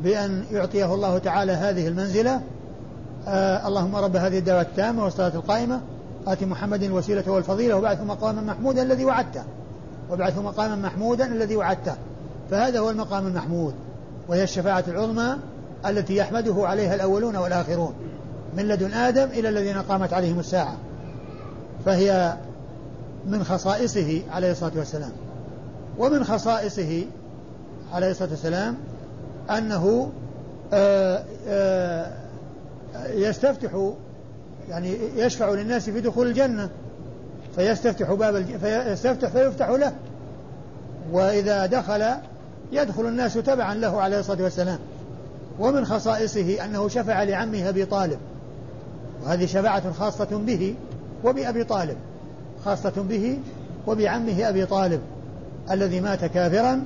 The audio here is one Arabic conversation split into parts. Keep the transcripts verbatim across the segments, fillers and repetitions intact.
بأن يعطيه الله تعالى هذه المنزلة. آه اللهم رب هذه الدعوة التامة والصلاة القائمة آت محمد الوسيلة والفضيلة وبعثه مقاما محمودا الذي وعدته وبعثه مقاما محمودا الذي وعدته. فهذا هو المقام المحمود، وهي الشفاعة العظمى التي يحمده عليها الأولون والآخرون من لدن آدم إلى الذين قامت عليهم الساعة. فهي من خصائصه عليه الصلاة والسلام. ومن خصائصه عليه الصلاة والسلام أنه آآ آآ يستفتح يعني يشفع للناس في دخول الجنة، فيستفتح باب الج... فيستفتح فيفتح له، وإذا دخل يدخل الناس تبعا له عليه الصلاة والسلام. ومن خصائصه أنه شفع لعمه أبي طالب، وهذه شفاعة خاصة به وبأبي طالب، خاصة به وبعمه أبي طالب الذي مات كافرا،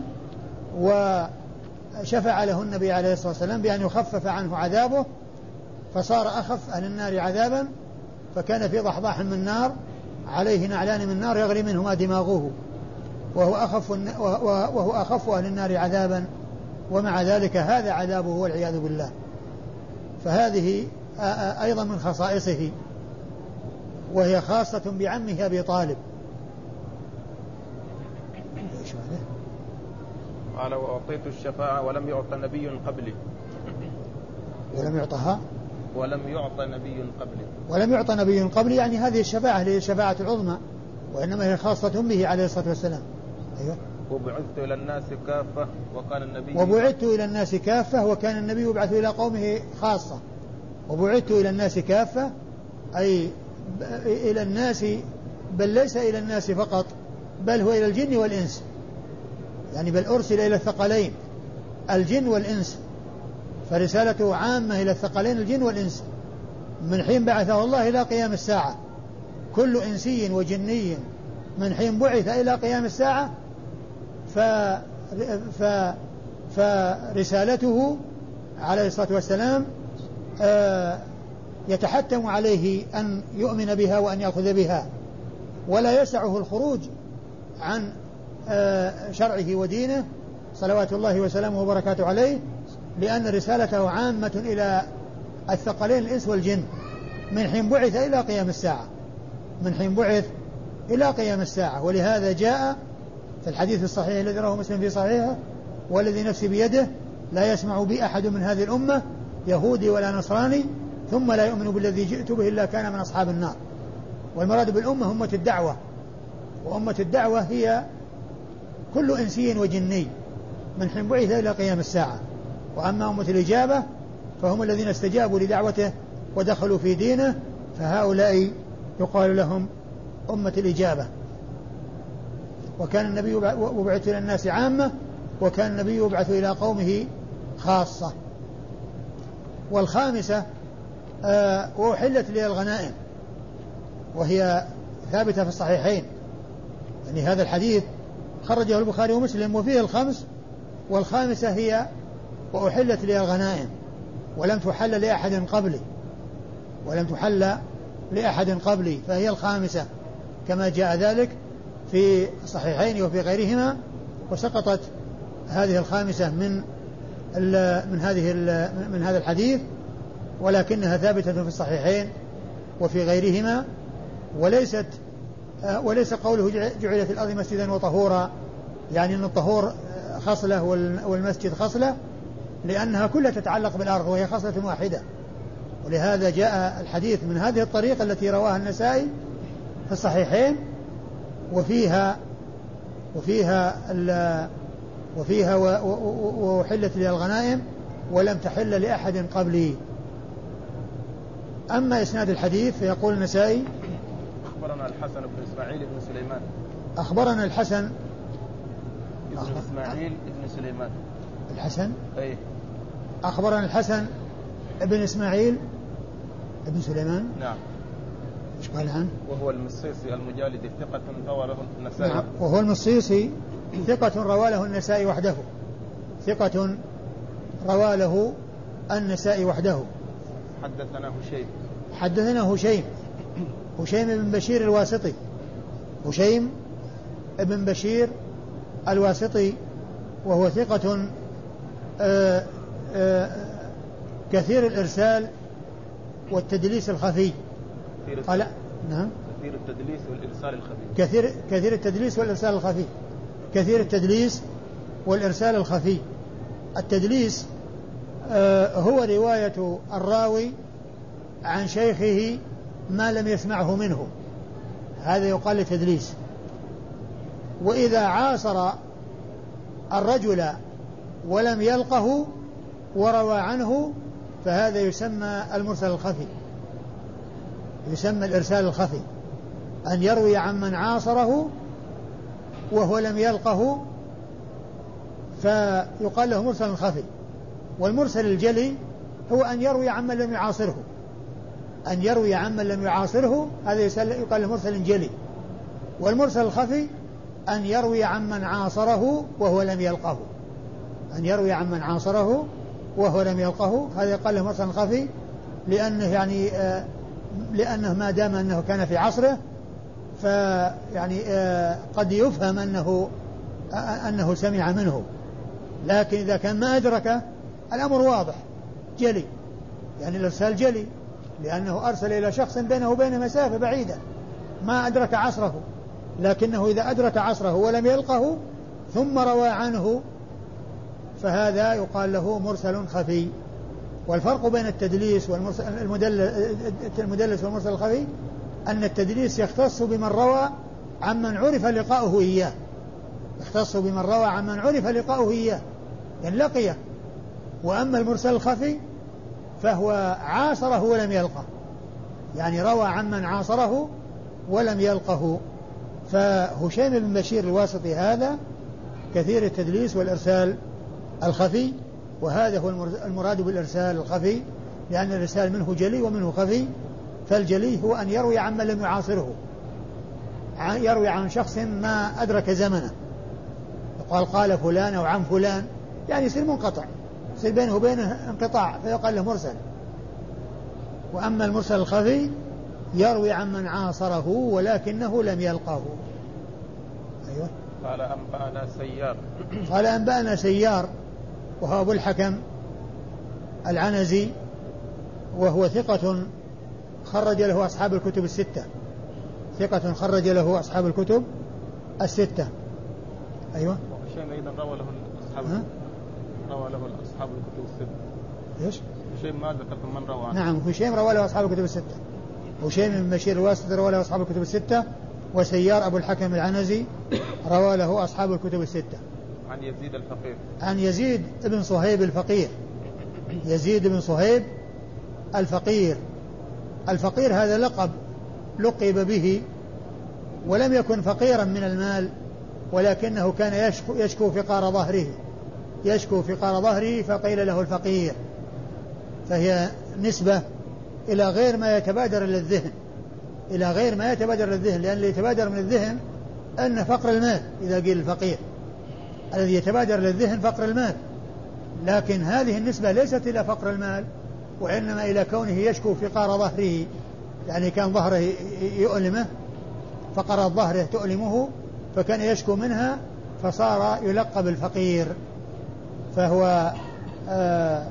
وشفع له النبي عليه الصلاة والسلام بأن يخفف عنه عذابه فصار أخف أهل النار عذابا، فكان في ضحضاح من نار عليه نعلان من نار يغلي منهما دماغه، وهو أخف, وهو أخف أهل النار عذابا، ومع ذلك هذا عذابه والعياذ بالله. فهذه أيضا من خصائصه، وهي خاصة بعمه أبي طالب. قال وأعطيت الشفاعة ولم يعط نبي قبلي. ولم يعطها ولم يعط نبي قبلي ولم يعط نبي قبلي يعني هذه الشفاعة هي الشفاعة العظمى، وإنما هي خاصة به عليه الصلاة والسلام. أيوة. وبعثت إلى الناس كافة وكان النبي وبعثت إلى الناس كافة وكان النبي يبعث إلى قومه خاصة. وبعثت إلى الناس كافة أي إلى الناس، بل ليس إلى الناس فقط، بل هو إلى الجن والإنس، يعني بل أرسل إلى الثقلين الجن والإنس، فرسالته عامة إلى الثقلين الجن والإنس من حين بعثه الله إلى قيام الساعة. كل إنسي وجني من حين بعث إلى قيام الساعة ف... ف... فرسالته عليه الصلاة والسلام آه يتحتم عليه أن يؤمن بها وأن يأخذ بها، ولا يسعه الخروج عن آه شرعه ودينه صلوات الله وسلامه وبركاته عليه، لأن رسالته عامة إلى الثقلين الإنس والجن من حين بعث إلى قيام الساعة، من حين بعث إلى قيام الساعة. ولهذا جاء في الحديث الصحيح الذي رواه مسلم في صحيحه والذي نفسي بيده لا يسمع بي أحد من هذه الأمة يهودي ولا نصراني ثم لا يؤمن بالذي جئت به إلا كان من أصحاب النار. والمراد بالأمة أمة الدعوة، وأمة الدعوة هي كل إنسي وجني من حين بعث إلى قيام الساعة. وأما أمة الإجابة فهم الذين استجابوا لدعوته ودخلوا في دينه، فهؤلاء يقال لهم أمة الإجابة. وكان النبي يبعث إلى الناس عامة، وكان النبي يبعث إلى قومه خاصة. والخامسة آه وأحلت لي الغنائم، وهي ثابتة في الصحيحين، يعني هذا الحديث خرجه البخاري ومسلم وفيه الخمس، والخامسة هي وأحلت لي الغنائم ولم تحل لأحد قبلي ولم تحل لأحد قبلي فهي الخامسة كما جاء ذلك في الصحيحين وفي غيرهما. وسقطت هذه الخامسة من من هذه من هذا الحديث، ولكنها ثابتة في الصحيحين وفي غيرهما. وليست وليس قوله جعلت الأرض مسجدا وطهورا يعني أن الطهور خصلة والمسجد خصلة، لأنها كلها تتعلق بالأرض وهي خصلة واحدة. ولهذا جاء الحديث من هذه الطريقة التي رواها النسائي في الصحيحين، وفيها وفيها وفيها وحلت لي الغنائم ولم تحل لأحد قبلي. أما إسناد الحديث فيقول النسائي أخبرنا الحسن بن إسماعيل بن سليمان أخبرنا الحسن بن إسماعيل بن سليمان الحسن أي أخبرنا الحسن بن إسماعيل بن سليمان. نعم. إيش قال عنه؟ وهو المصيصي المجالدي ثقة روى له النسائي. نعم. وهو المصيصي ثقة روى له النسائي وحده ثقة روى له النسائي وحده. حدثنا هشيم حدثنا هشيم هشيم بن بشير الواسطي هشيم بن بشير الواسطي وهو ثقة آه كثير الإرسال والتدليس الخفي. قال نعم كثير التدليس والإرسال الخفي. كثير كثير التدليس والإرسال الخفي. كثير التدليس والإرسال الخفي. التدليس هو رواية الراوي عن شيخه ما لم يسمعه منه، هذا يقال تدليس. وإذا عاصر الرجل ولم يلقه وروى عنه فهذا يسمى المرسل الخفي، يسمى الإرسال الخفي، أن يروي عن من عاصره وهو لم يلقه فيقال له مرسل خفي. والمرسل الجلي هو أن يروي عن من لم يعاصره، أن يروي عن من لم يعاصره هذا يقال له مرسل جلي. والمرسل الخفي أن يروي عن من عاصره وهو لم يلقه، أن يروي عن من عاصره وهو لم يلقه هذا يقال له مرسل خفي، لأنه يعني آه لأنه ما دام أنه كان في عصره فيعني آه قد يفهم أنه آه أنه سمع منه، لكن إذا كان ما أدركه الأمر واضح جلي، يعني الإرسال جلي، لأنه أرسل إلى شخص بينه وبين مسافة بعيدة ما أدرك عصره، لكنه إذا أدرك عصره ولم يلقه ثم روى عنه فهذا يقال له مرسل خفي. والفرق بين التدليس والمدلس والمرسل الخفي أن التدليس يختص بمن روى عمن عرف لقاؤه إياه، يختص بمن روى عمن عرف لقاؤه إياه يعني لقيه. وأما المرسل الخفي فهو عاصره ولم يلقه، يعني روى عمن عاصره ولم يلقه. فهشيم بن بشير الواسطي هذا كثير التدليس والإرسال الخفي، وهذا هو المراد بالإرسال الخفي، لأن الإرسال منه جلي ومنه خفي. فالجلي هو أن يروي عن من لم يعاصره، يروي عن شخص ما أدرك زمنه، يقال قال فلان أو عن فلان، يعني يصير منقطع، يصير بينه وبينه انقطاع فيقال له مرسل. وأما المرسل الخفي يروي عن من عاصره ولكنه لم يلقه. أيوة. قال أنبأنا سيار قال أنبأنا سيار وهو أبو الحكم العنزي، وهو ثقة خرج له أصحاب الكتب الستة، ثقة خرج له أصحاب الكتب الستة. أيوة. وهشيم أيضا روى له أصحاب روى له أصحاب الكتب الستة. إيش؟ هشيم ما ذكر من روى عنه. نعم هشيم روى له أصحاب الكتب الستة، هشيم بن بشير الواسطي روى له أصحاب الكتب الستة، وسيار أبو الحكم العنزي روى له أصحاب الكتب الستة. عن يزيد الفقير عن يزيد بن صهيب الفقير، يزيد بن صهيب الفقير. الفقير هذا لقب لقب به، ولم يكن فقيرا من المال، ولكنه كان يشكو, يشكو فقار ظهره، يشكو فقار ظهره فقيل له الفقير، فهي نسبة إلى غير ما يتبادر للذهن، إلى غير ما يتبادر للذهن، لأن اللي يتبادر من الذهن أن فقر المال إذا قيل الفقير، الذي يتبادر للذهن فقر المال، لكن هذه النسبة ليست إلى فقر المال، وإنما إلى كونه يشكو فقار ظهره، يعني كان ظهره يؤلمه، فقرات ظهره تؤلمه فكان يشكو منها فصار يلقب الفقير. فهو آه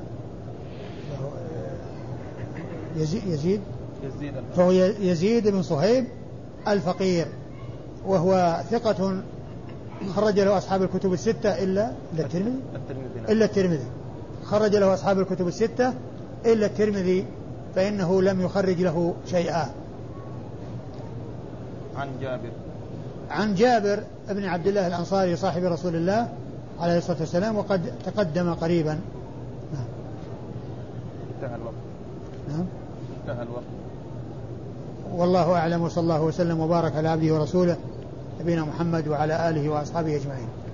يزيد, يزيد فهو يزيد بن صهيب الفقير، وهو ثقة خرج له أصحاب الكتب الستة إلا الترمذي إلا الترمذي خرج له أصحاب الكتب الستة إلا الترمذي فإنه لم يخرج له شيئا. عن جابر عن جابر ابن عبد الله الأنصاري صاحب رسول الله عليه الصلاة والسلام، وقد تقدم قريبا. نعم. انتهى الوقت. نعم. انتهى الوقت. والله أعلم، وصلى الله وسلم وبارك على عبده ورسوله نبينا محمد وعلى آله وأصحابه أجمعين.